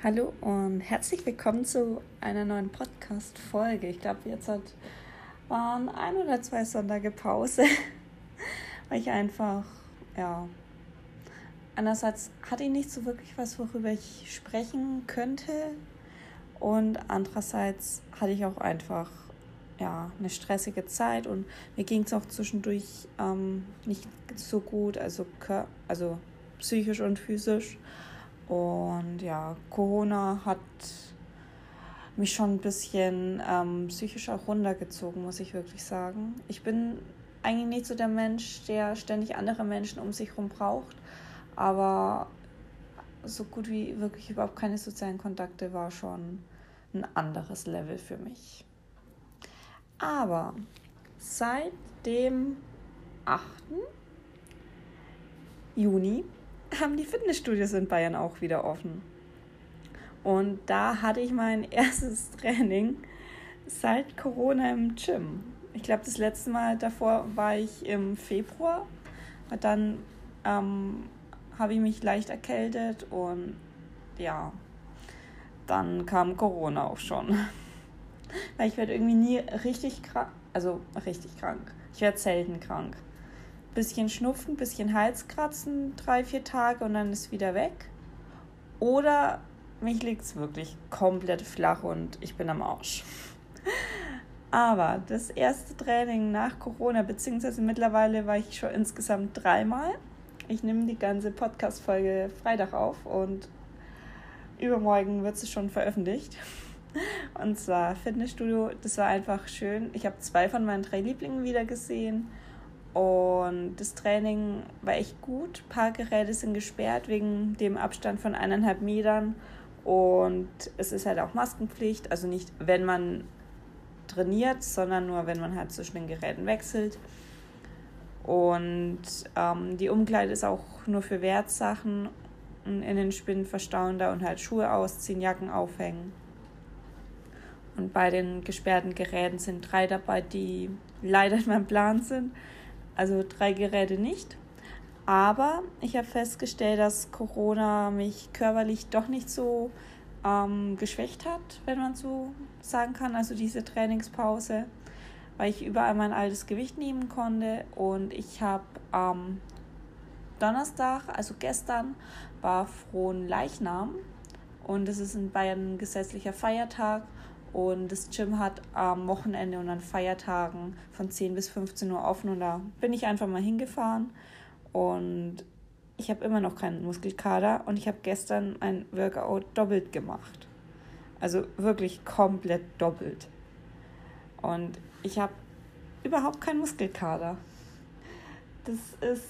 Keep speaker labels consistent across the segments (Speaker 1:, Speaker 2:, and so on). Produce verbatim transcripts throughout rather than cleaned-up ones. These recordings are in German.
Speaker 1: Hallo und herzlich willkommen zu einer neuen Podcast-Folge. Ich glaube, jetzt hat, waren ein oder zwei Sonntage Pause, weil ich einfach, ja, einerseits hatte ich nicht so wirklich was, worüber ich sprechen könnte, und andererseits hatte ich auch einfach, ja, eine stressige Zeit und mir ging es auch zwischendurch ähm, nicht so gut, also, also psychisch und physisch. Und ja, Corona hat mich schon ein bisschen ähm, psychisch auch runtergezogen, muss ich wirklich sagen. Ich bin eigentlich nicht so der Mensch, der ständig andere Menschen um sich herum braucht, aber so gut wie wirklich überhaupt keine sozialen Kontakte war schon ein anderes Level für mich. Aber seit dem achten Juni haben die Fitnessstudios in Bayern auch wieder offen. Und da hatte ich mein erstes Training seit Corona im Gym. Ich glaube, das letzte Mal davor war ich im Februar. Und dann ähm, habe ich mich leicht erkältet und ja, dann kam Corona auch schon. Weil ich werde irgendwie nie richtig krank, also richtig krank. Ich werde selten krank. Bisschen Schnupfen, bisschen Halskratzen, drei, vier Tage und dann ist wieder weg. Oder mich liegt es wirklich komplett flach und ich bin am Arsch. Aber das erste Training nach Corona, beziehungsweise mittlerweile war ich schon insgesamt dreimal. Ich nehme die ganze Podcast-Folge Freitag auf und übermorgen wird sie schon veröffentlicht. Und zwar Fitnessstudio, das war einfach schön. Ich habe zwei von meinen drei Lieblingen wieder gesehen. Und das Training war echt gut. Ein paar Geräte sind gesperrt wegen dem Abstand von eineinhalb Metern. Und es ist halt auch Maskenpflicht. Also nicht, wenn man trainiert, sondern nur, wenn man halt zwischen den Geräten wechselt. Und ähm, die Umkleide ist auch nur für Wertsachen in den Spinnen verstauen da und halt Schuhe ausziehen, Jacken aufhängen. Und bei den gesperrten Geräten sind drei dabei, die leider in meinem Plan sind. Also drei Geräte nicht. Aber ich habe festgestellt, dass Corona mich körperlich doch nicht so ähm, geschwächt hat, wenn man so sagen kann. Also diese Trainingspause, weil ich überall mein altes Gewicht nehmen konnte. Und ich habe am ähm, Donnerstag, also gestern, war Fronleichnam. Und das ist in Bayern ein gesetzlicher Feiertag. Und das Gym hat am Wochenende und an Feiertagen von zehn bis fünfzehn Uhr offen. Und da bin ich einfach mal hingefahren. Und ich habe immer noch keinen Muskelkater. Und ich habe gestern ein Workout doppelt gemacht. Also wirklich komplett doppelt. Und ich habe überhaupt keinen Muskelkater. Das ist...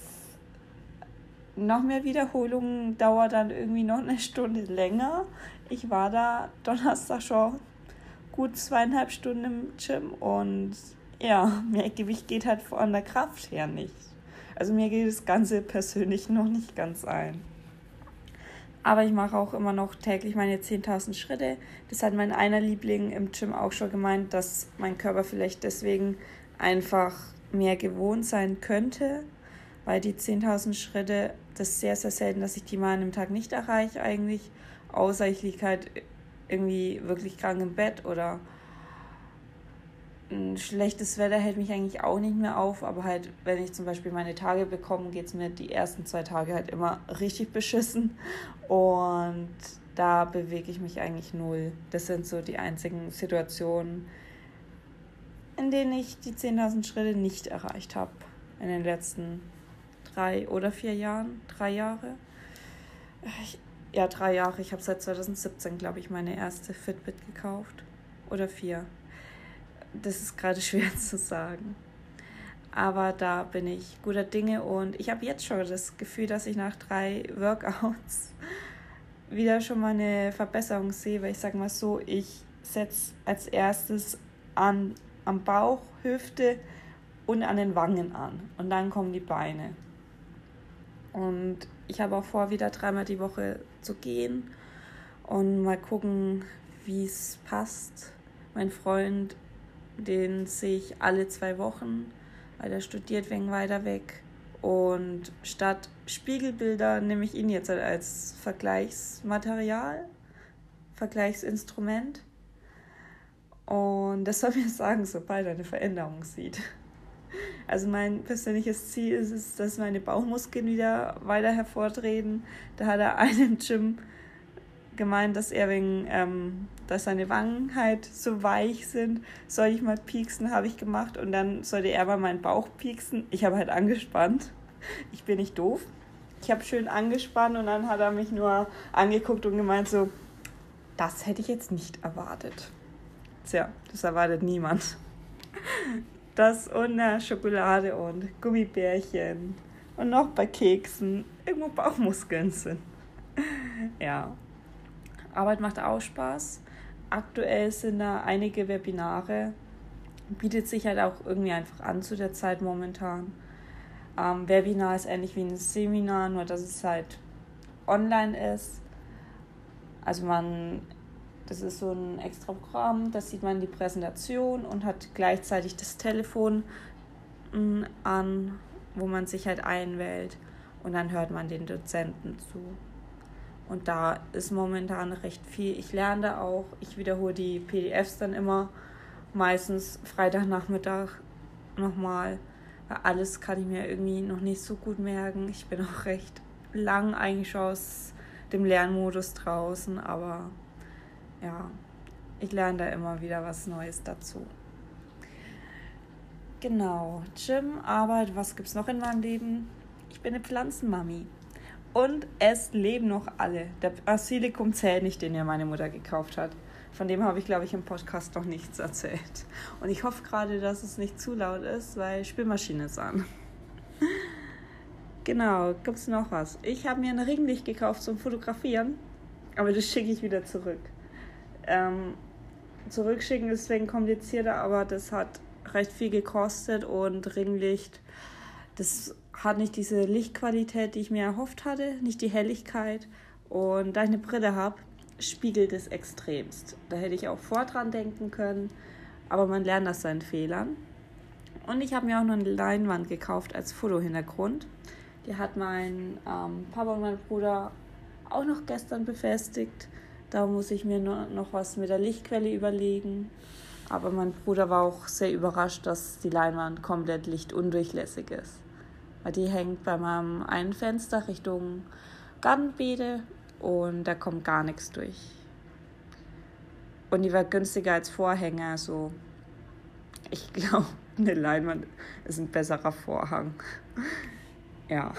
Speaker 1: Noch mehr Wiederholungen dauert dann irgendwie noch eine Stunde länger. Ich war da Donnerstag schon gut zweieinhalb Stunden im Gym und ja, mehr Gewicht geht halt von der Kraft her nicht. Also mir geht das Ganze persönlich noch nicht ganz ein. Aber ich mache auch immer noch täglich meine zehntausend Schritte. Das hat mein einer Liebling im Gym auch schon gemeint, dass mein Körper vielleicht deswegen einfach mehr gewohnt sein könnte, weil die zehntausend Schritte, das ist sehr, sehr selten, dass ich die mal an einem Tag nicht erreiche eigentlich, außer ich liege halt irgendwie wirklich krank im Bett oder ein schlechtes Wetter hält mich eigentlich auch nicht mehr auf, aber halt, wenn ich zum Beispiel meine Tage bekomme, geht es mir die ersten zwei Tage halt immer richtig beschissen und da bewege ich mich eigentlich null. Das sind so die einzigen Situationen, in denen ich die zehntausend Schritte nicht erreicht habe in den letzten drei oder vier Jahren, drei Jahre. Ich, ja, drei Jahre. Ich habe seit zwanzig siebzehn, glaube ich, meine erste Fitbit gekauft. Oder vier. Das ist gerade schwer zu sagen. Aber da bin ich guter Dinge und ich habe jetzt schon das Gefühl, dass ich nach drei Workouts wieder schon mal eine Verbesserung sehe, weil ich sage mal so, ich setze als erstes an, am Bauch, Hüfte und an den Wangen an und dann kommen die Beine. Und ich habe auch vor, wieder dreimal die Woche zu gehen und mal gucken, wie es passt. Mein Freund, den sehe ich alle zwei Wochen, weil der studiert wegen weiter weg. Und statt Spiegelbilder nehme ich ihn jetzt halt als Vergleichsmaterial. Vergleichsinstrument. Und das soll mir sagen, sobald er eine Veränderung sieht. Also mein persönliches Ziel ist es, dass meine Bauchmuskeln wieder weiter hervortreten. Da hat er einen Gym gemeint, dass er wegen, ähm, dass seine Wangen halt so weich sind. Soll ich mal pieksen, habe ich gemacht. Und dann sollte er mal meinen Bauch pieksen. Ich habe halt angespannt. Ich bin nicht doof. Ich habe schön angespannt und dann hat er mich nur angeguckt und gemeint so, das hätte ich jetzt nicht erwartet. Tja, das erwartet niemand. Das und äh, Schokolade und Gummibärchen und noch bei Keksen irgendwo Bauchmuskeln sind. Ja, Arbeit macht auch Spaß. Aktuell sind da einige Webinare. Bietet sich halt auch irgendwie einfach an zu der Zeit momentan. Ähm, Webinar ist ähnlich wie ein Seminar, nur dass es halt online ist. Also man, das ist so ein extra Programm, da sieht man die Präsentation und hat gleichzeitig das Telefon mh, an, wo man sich halt einwählt und dann hört man den Dozenten zu. Und da ist momentan recht viel. Ich lerne da auch, ich wiederhole die P D Fs dann immer, meistens Freitagnachmittag nochmal. Alles kann ich mir irgendwie noch nicht so gut merken. Ich bin auch recht lang eigentlich aus dem Lernmodus draußen, aber ja, ich lerne da immer wieder was Neues dazu. Genau, Gym, Arbeit, was gibt's noch in meinem Leben? Ich bin eine Pflanzenmami. Und es leben noch alle. Der Basilikum zählt nicht, den ja meine Mutter gekauft hat. Von dem habe ich, glaube ich, im Podcast noch nichts erzählt. Und ich hoffe gerade, dass es nicht zu laut ist, weil Spülmaschine ist an. Genau, gibt es noch was? Ich habe mir ein Ringlicht gekauft zum Fotografieren, aber das schicke ich wieder zurück. Ähm, zurückschicken ist deswegen komplizierter, aber das hat recht viel gekostet und Ringlicht, das hat nicht diese Lichtqualität, die ich mir erhofft hatte, nicht die Helligkeit. Und da ich eine Brille habe, spiegelt es extremst. Da hätte ich auch vor dran denken können, aber man lernt aus seinen Fehlern. Und ich habe mir auch noch eine Leinwand gekauft als Fotohintergrund. Die hat mein ähm, Papa und mein Bruder auch noch gestern befestigt. Da muss ich mir noch, noch was mit der Lichtquelle überlegen. Aber mein Bruder war auch sehr überrascht, dass die Leinwand komplett lichtundurchlässig ist. Weil die hängt bei meinem einen Fenster Richtung Gartenbeete und da kommt gar nichts durch. Und die war günstiger als Vorhänge, also ich glaube, eine Leinwand ist ein besserer Vorhang. Ja.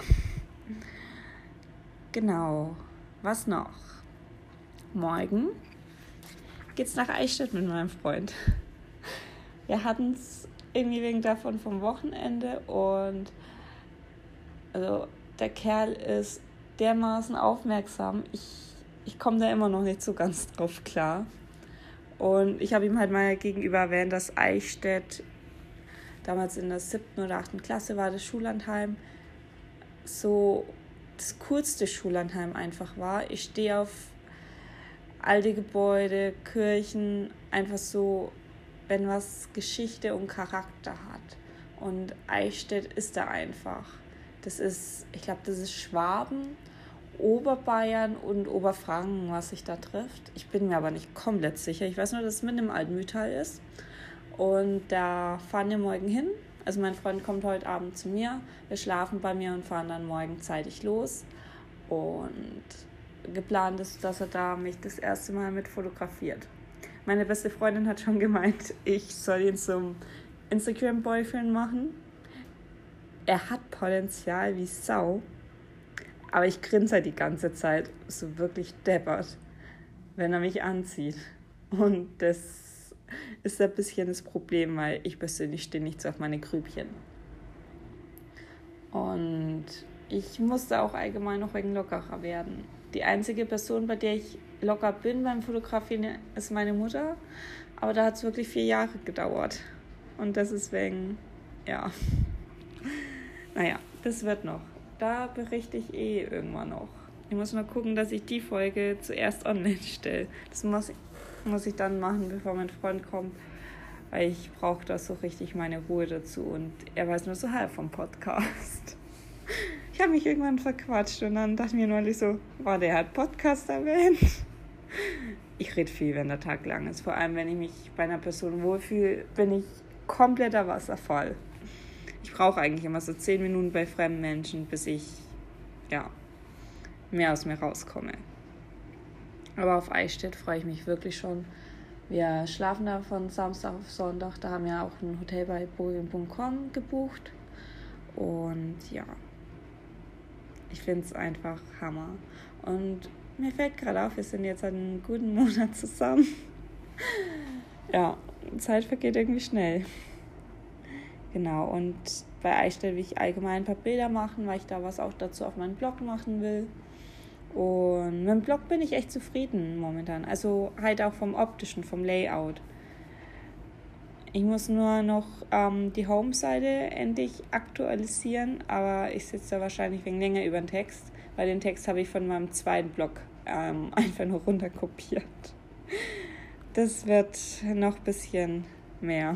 Speaker 1: Genau. Was noch? Morgen geht's nach Eichstätt mit meinem Freund. Wir hatten es irgendwie wegen davon vom Wochenende und also der Kerl ist dermaßen aufmerksam. Ich, ich komme da immer noch nicht so ganz drauf klar. Und ich habe ihm halt mal gegenüber erwähnt, dass Eichstätt damals in der siebten oder achten Klasse war, das Schullandheim, so das coolste Schullandheim einfach war. Ich stehe auf alte Gebäude, Kirchen, einfach so, wenn was Geschichte und Charakter hat. Und Eichstätt ist da einfach. Das ist, ich glaube, das ist Schwaben, Oberbayern und Oberfranken, was sich da trifft. Ich bin mir aber nicht komplett sicher. Ich weiß nur, dass es mit dem Altmühltal ist. Und da fahren wir morgen hin. Also mein Freund kommt heute Abend zu mir. Wir schlafen bei mir und fahren dann morgen zeitig los. Und geplant ist, dass er da mich das erste Mal mit fotografiert. Meine beste Freundin hat schon gemeint, ich soll ihn zum Instagram-Boyfriend machen. Er hat Potenzial wie Sau, aber ich grinse halt die ganze Zeit so wirklich deppert, wenn er mich anzieht. Und das ist ein bisschen das Problem, weil ich persönlich stehe nicht so auf meine Grübchen. Und ich musste auch allgemein noch wegen lockerer werden. Die einzige Person, bei der ich locker bin beim Fotografieren, ist meine Mutter. Aber da hat es wirklich vier Jahre gedauert. Und das ist wegen, ja... Naja, das wird noch. Da berichte ich eh irgendwann noch. Ich muss mal gucken, dass ich die Folge zuerst online stelle. Das muss ich, muss ich dann machen, bevor mein Freund kommt. Weil ich brauche da so richtig meine Ruhe dazu. Und er weiß nur so halb vom Podcast. Ich habe mich irgendwann verquatscht und dann dachte ich mir neulich so, war der hat Podcast erwähnt? ich rede viel, wenn der Tag lang ist. Vor allem, wenn ich mich bei einer Person wohlfühle, bin ich kompletter Wasserfall. Ich brauche eigentlich immer so zehn Minuten bei fremden Menschen, bis ich ja, mehr aus mir rauskomme. Aber auf Eichstätt freue ich mich wirklich schon. Wir schlafen da von Samstag auf Sonntag. Da haben wir auch ein Hotel bei booking punkt com gebucht. Und ja, ich finde es einfach Hammer. Und mir fällt gerade auf, wir sind jetzt einen guten Monat zusammen. Ja, Zeit vergeht irgendwie schnell. Genau, und bei Eichstätt will ich allgemein ein paar Bilder machen, weil ich da was auch dazu auf meinem Blog machen will. Und mit dem Blog bin ich echt zufrieden momentan. Also halt auch vom Optischen, vom Layout. Ich muss nur noch ähm, die Home-Seite endlich aktualisieren, aber ich sitze da wahrscheinlich wegen länger über den Text, weil den Text habe ich von meinem zweiten Blog ähm, einfach nur runterkopiert. Das wird noch ein bisschen mehr.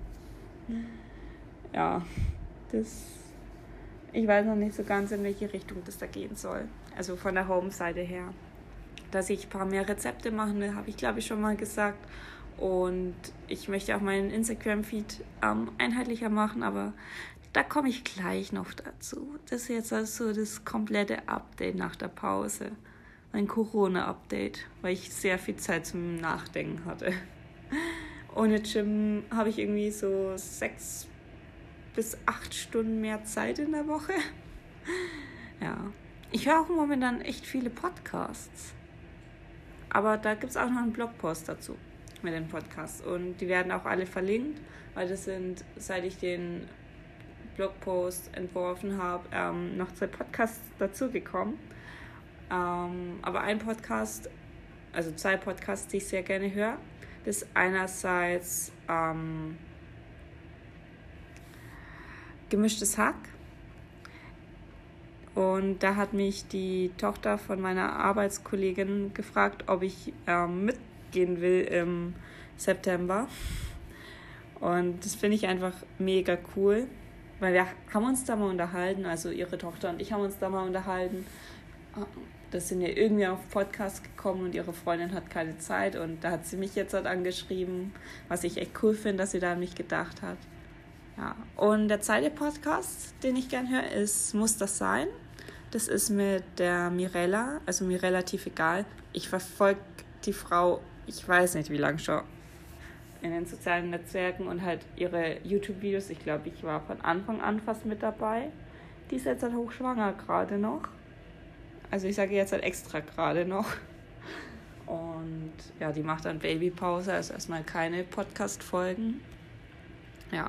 Speaker 1: Ja, das, ich weiß noch nicht so ganz, in welche Richtung das da gehen soll. Also von der Home-Seite her. Dass ich ein paar mehr Rezepte machen will, habe ich glaube ich schon mal gesagt. Und ich möchte auch meinen Instagram-Feed ähm, einheitlicher machen, aber da komme ich gleich noch dazu. Das ist jetzt also das komplette Update nach der Pause. Mein Corona-Update, weil ich sehr viel Zeit zum Nachdenken hatte. Ohne Gym habe ich irgendwie so sechs bis acht Stunden mehr Zeit in der Woche. Ja, ich höre auch momentan echt viele Podcasts. Aber da gibt es auch noch einen Blogpost dazu mit den Podcasts. Und die werden auch alle verlinkt, weil das sind, seit ich den Blogpost entworfen habe, ähm, noch zwei Podcasts dazugekommen. Ähm, aber ein Podcast, also zwei Podcasts, die ich sehr gerne höre, das ist einerseits ähm, Gemischtes Hack. Und da hat mich die Tochter von meiner Arbeitskollegin gefragt, ob ich ähm, mitgehen will im September. Und das finde ich einfach mega cool, weil wir haben uns da mal unterhalten, also ihre Tochter und ich haben uns da mal unterhalten. Das sind ja irgendwie auf Podcast gekommen und ihre Freundin hat keine Zeit und da hat sie mich jetzt halt angeschrieben, was ich echt cool finde, dass sie da an mich gedacht hat. Ja. Und der zweite Podcast, den ich gern höre, ist Muss das sein? Das ist mit der Mirella, also mir relativ egal. Ich verfolge die Frau, ich weiß nicht wie lange schon, in den sozialen Netzwerken und halt ihre YouTube-Videos. Ich glaube, ich war von Anfang an fast mit dabei. Die ist jetzt halt hochschwanger gerade noch. Also ich sage jetzt halt extra gerade noch. Und ja, die macht dann Babypause, also erstmal keine Podcast-Folgen. Ja.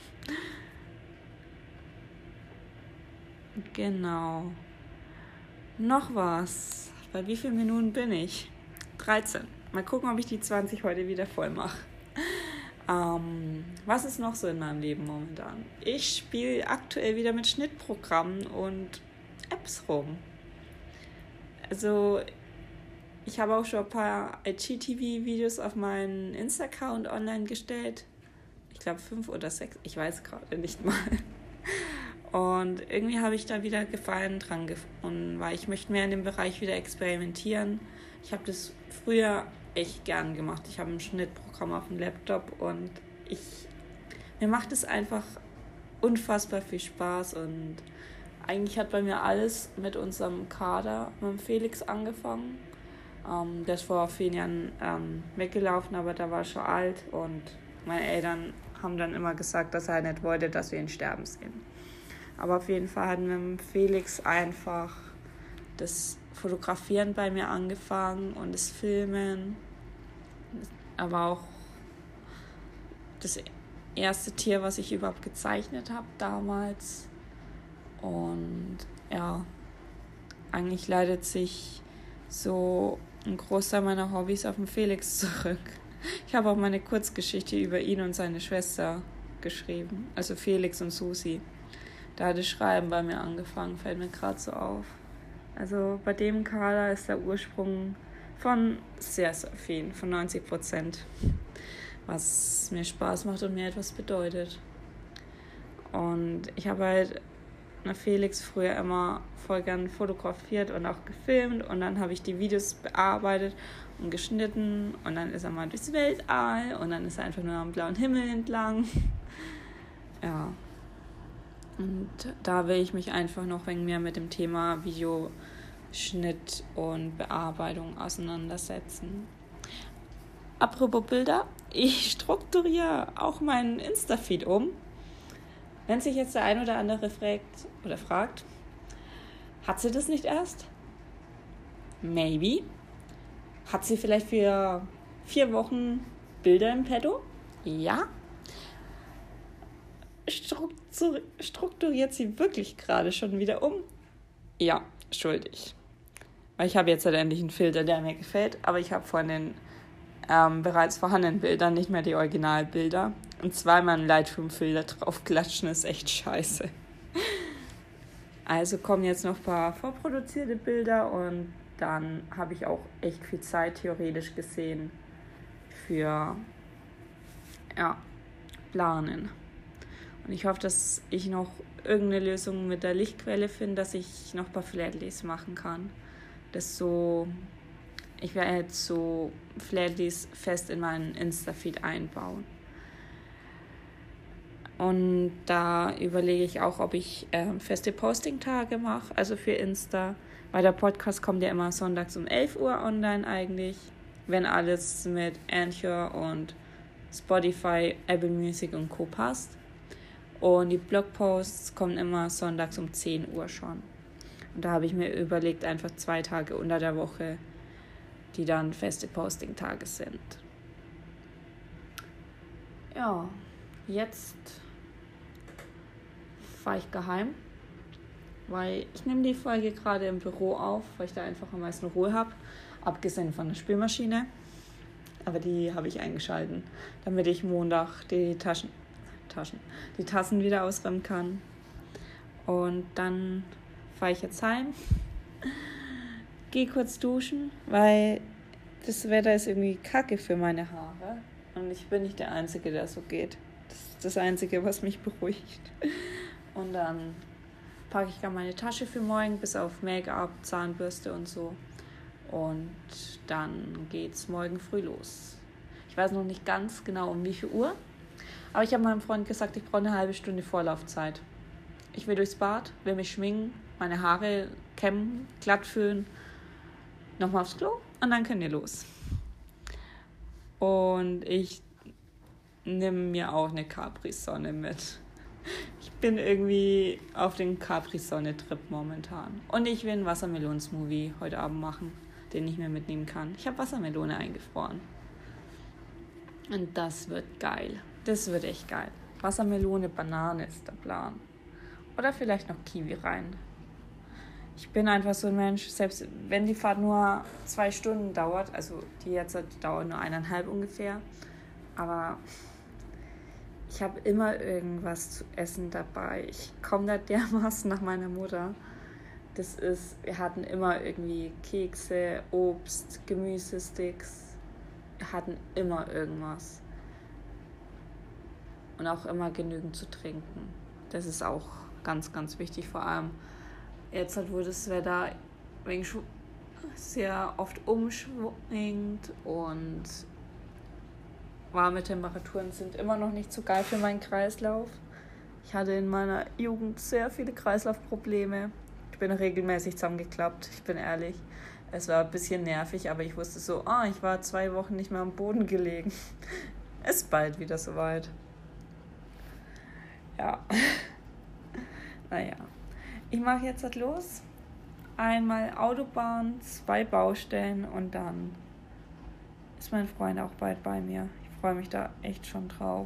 Speaker 1: Genau. Noch was. Bei wie vielen Minuten bin ich? dreizehn. Mal gucken, ob ich die zwanzig heute wieder voll mache. Ähm, was ist noch so in meinem Leben momentan? Ich spiele aktuell wieder mit Schnittprogrammen und Apps rum. Also ich habe auch schon ein paar I G T V-Videos auf meinen Insta-Account online gestellt. Ich glaube fünf oder sechs, ich weiß gerade nicht mal. Und irgendwie habe ich da wieder Gefallen dran gefunden, weil ich möchte mehr in dem Bereich wieder experimentieren. Ich habe das früher echt gern gemacht. Ich habe ein Schnittprogramm auf dem Laptop und ich mir macht es einfach unfassbar viel Spaß und eigentlich hat bei mir alles mit unserem Kader, mit dem Felix angefangen. Ähm, der ist vor vielen Jahren ähm, weggelaufen, aber da war er schon alt und meine Eltern haben dann immer gesagt, dass er nicht wollte, dass wir ihn sterben sehen. Aber auf jeden Fall hat mit dem Felix einfach das Fotografieren bei mir angefangen und das Filmen. Er war auch das erste Tier, was ich überhaupt gezeichnet habe damals. Und ja, eigentlich leitet sich so ein Großteil meiner Hobbys auf den Felix zurück. Ich habe auch meine Kurzgeschichte über ihn und seine Schwester geschrieben, also Felix und Susi. Da hat das Schreiben bei mir angefangen, fällt mir gerade so auf. Also bei dem Kader ist der Ursprung von sehr, sehr viel, von neunzig Prozent, was mir Spaß macht und mir etwas bedeutet. Und ich habe halt Felix früher immer voll gern fotografiert und auch gefilmt und dann habe ich die Videos bearbeitet und geschnitten und dann ist er mal durchs Weltall und dann ist er einfach nur am blauen Himmel entlang. Ja. Und da will ich mich einfach noch ein wenig mehr mit dem Thema Videoschnitt und Bearbeitung auseinandersetzen. Apropos Bilder, ich strukturiere auch meinen Insta-Feed um. Wenn sich jetzt der ein oder andere fragt oder fragt, hat sie das nicht erst? Maybe. Hat sie vielleicht für vier Wochen Bilder im Petto? Ja. Struktur- strukturiert sie wirklich gerade schon wieder um? Ja, schuldig. Weil ich habe jetzt halt endlich einen Filter, der mir gefällt, aber ich habe von den ähm, bereits vorhandenen Bildern nicht mehr die Originalbilder. Und zweimal einen Lightroom-Filter draufklatschen ist echt scheiße. Also kommen jetzt noch ein paar vorproduzierte Bilder und dann habe ich auch echt viel Zeit theoretisch gesehen für ja, Planen. Und ich hoffe, dass ich noch irgendeine Lösung mit der Lichtquelle finde, dass ich noch ein paar Flatleys machen kann. Das so, ich werde jetzt so Flatleys fest in meinen Insta-Feed einbauen. Und da überlege ich auch, ob ich ähm, feste Posting-Tage mache, also für Insta. Weil der Podcast kommt ja immer sonntags um elf Uhr online eigentlich, wenn alles mit Anchor und Spotify, Apple Music und Co. passt. Und die Blogposts kommen immer sonntags um zehn Uhr schon. Und da habe ich mir überlegt, einfach zwei Tage unter der Woche, die dann feste Posting-Tage sind. Ja, jetzt fahre ich geheim, weil ich nehme die Folge gerade im Büro auf, weil ich da einfach am meisten Ruhe habe, abgesehen von der Spülmaschine. Aber die habe ich eingeschalten, damit ich Montag die Taschen, Taschen, die Tassen wieder ausräumen kann. Und dann fahre ich jetzt heim, gehe kurz duschen, weil das Wetter ist irgendwie kacke für meine Haare. Und ich bin nicht der Einzige, der so geht. Das ist das Einzige, was mich beruhigt. Und dann packe ich dann meine Tasche für morgen, bis auf Make-up, Zahnbürste und so. Und dann geht's morgen früh los. Ich weiß noch nicht ganz genau, um wie viel Uhr. Aber ich habe meinem Freund gesagt, ich brauche eine halbe Stunde Vorlaufzeit. Ich will durchs Bad, will mich schminken, meine Haare kämmen, glatt föhnen, nochmal aufs Klo und dann können wir los. Und ich nehme mir auch eine Capri-Sonne mit. Ich bin irgendwie auf den Capri-Sonne-Trip momentan. Und ich will einen Wassermelonen-Smoothie heute Abend machen, den ich mir mitnehmen kann. Ich habe Wassermelone eingefroren. Und das wird geil. Das wird echt geil. Wassermelone, Banane ist der Plan. Oder vielleicht noch Kiwi rein. Ich bin einfach so ein Mensch, selbst wenn die Fahrt nur zwei Stunden dauert, also die jetzt die dauert nur eineinhalb ungefähr, aber ich habe immer irgendwas zu essen dabei. Ich komme da dermaßen nach meiner Mutter. Das ist, wir hatten immer irgendwie Kekse, Obst, Gemüsesticks. Wir hatten immer irgendwas. Und auch immer genügend zu trinken. Das ist auch ganz, ganz wichtig. Vor allem jetzt halt, wo das Wetter sehr oft umschwingt und warme Temperaturen sind immer noch nicht so geil für meinen Kreislauf. Ich hatte in meiner Jugend sehr viele Kreislaufprobleme. Ich bin regelmäßig zusammengeklappt, ich bin ehrlich. Es war ein bisschen nervig, aber ich wusste so, ah, ich war zwei Wochen nicht mehr am Boden gelegen. Es ist bald wieder soweit. Ja. Naja. Ich mache jetzt halt los. Einmal Autobahn, zwei Baustellen und dann ist mein Freund auch bald bei mir. Ich freue mich da echt schon drauf.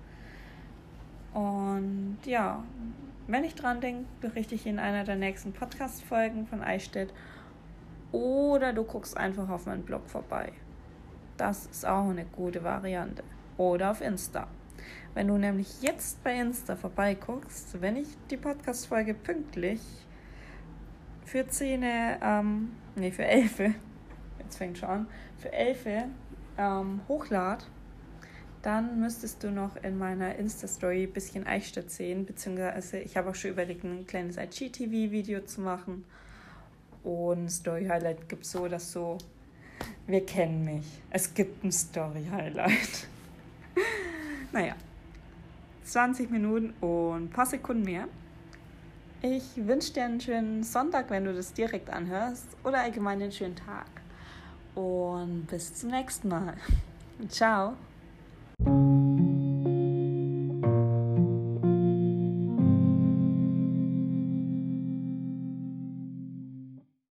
Speaker 1: Und ja, wenn ich dran denke, berichte ich in einer der nächsten Podcast-Folgen von Eichstätt. Oder du guckst einfach auf meinen Blog vorbei. Das ist auch eine gute Variante. Oder auf Insta. Wenn du nämlich jetzt bei Insta vorbeiguckst, wenn ich die Podcast-Folge pünktlich für zehn, ähm, nee, für elf, jetzt fängt schon an, für elf ähm, hochlad, dann müsstest du noch in meiner Insta-Story ein bisschen Eichstätt sehen, beziehungsweise ich habe auch schon überlegt, ein kleines I G T V-Video zu machen. Und Story-Highlight gibt es so oder so. Wir kennen mich. Es gibt ein Story-Highlight. Naja, zwanzig Minuten und ein paar Sekunden mehr. Ich wünsche dir einen schönen Sonntag, wenn du das direkt anhörst, oder allgemein einen schönen Tag. Und bis zum nächsten Mal. Ciao.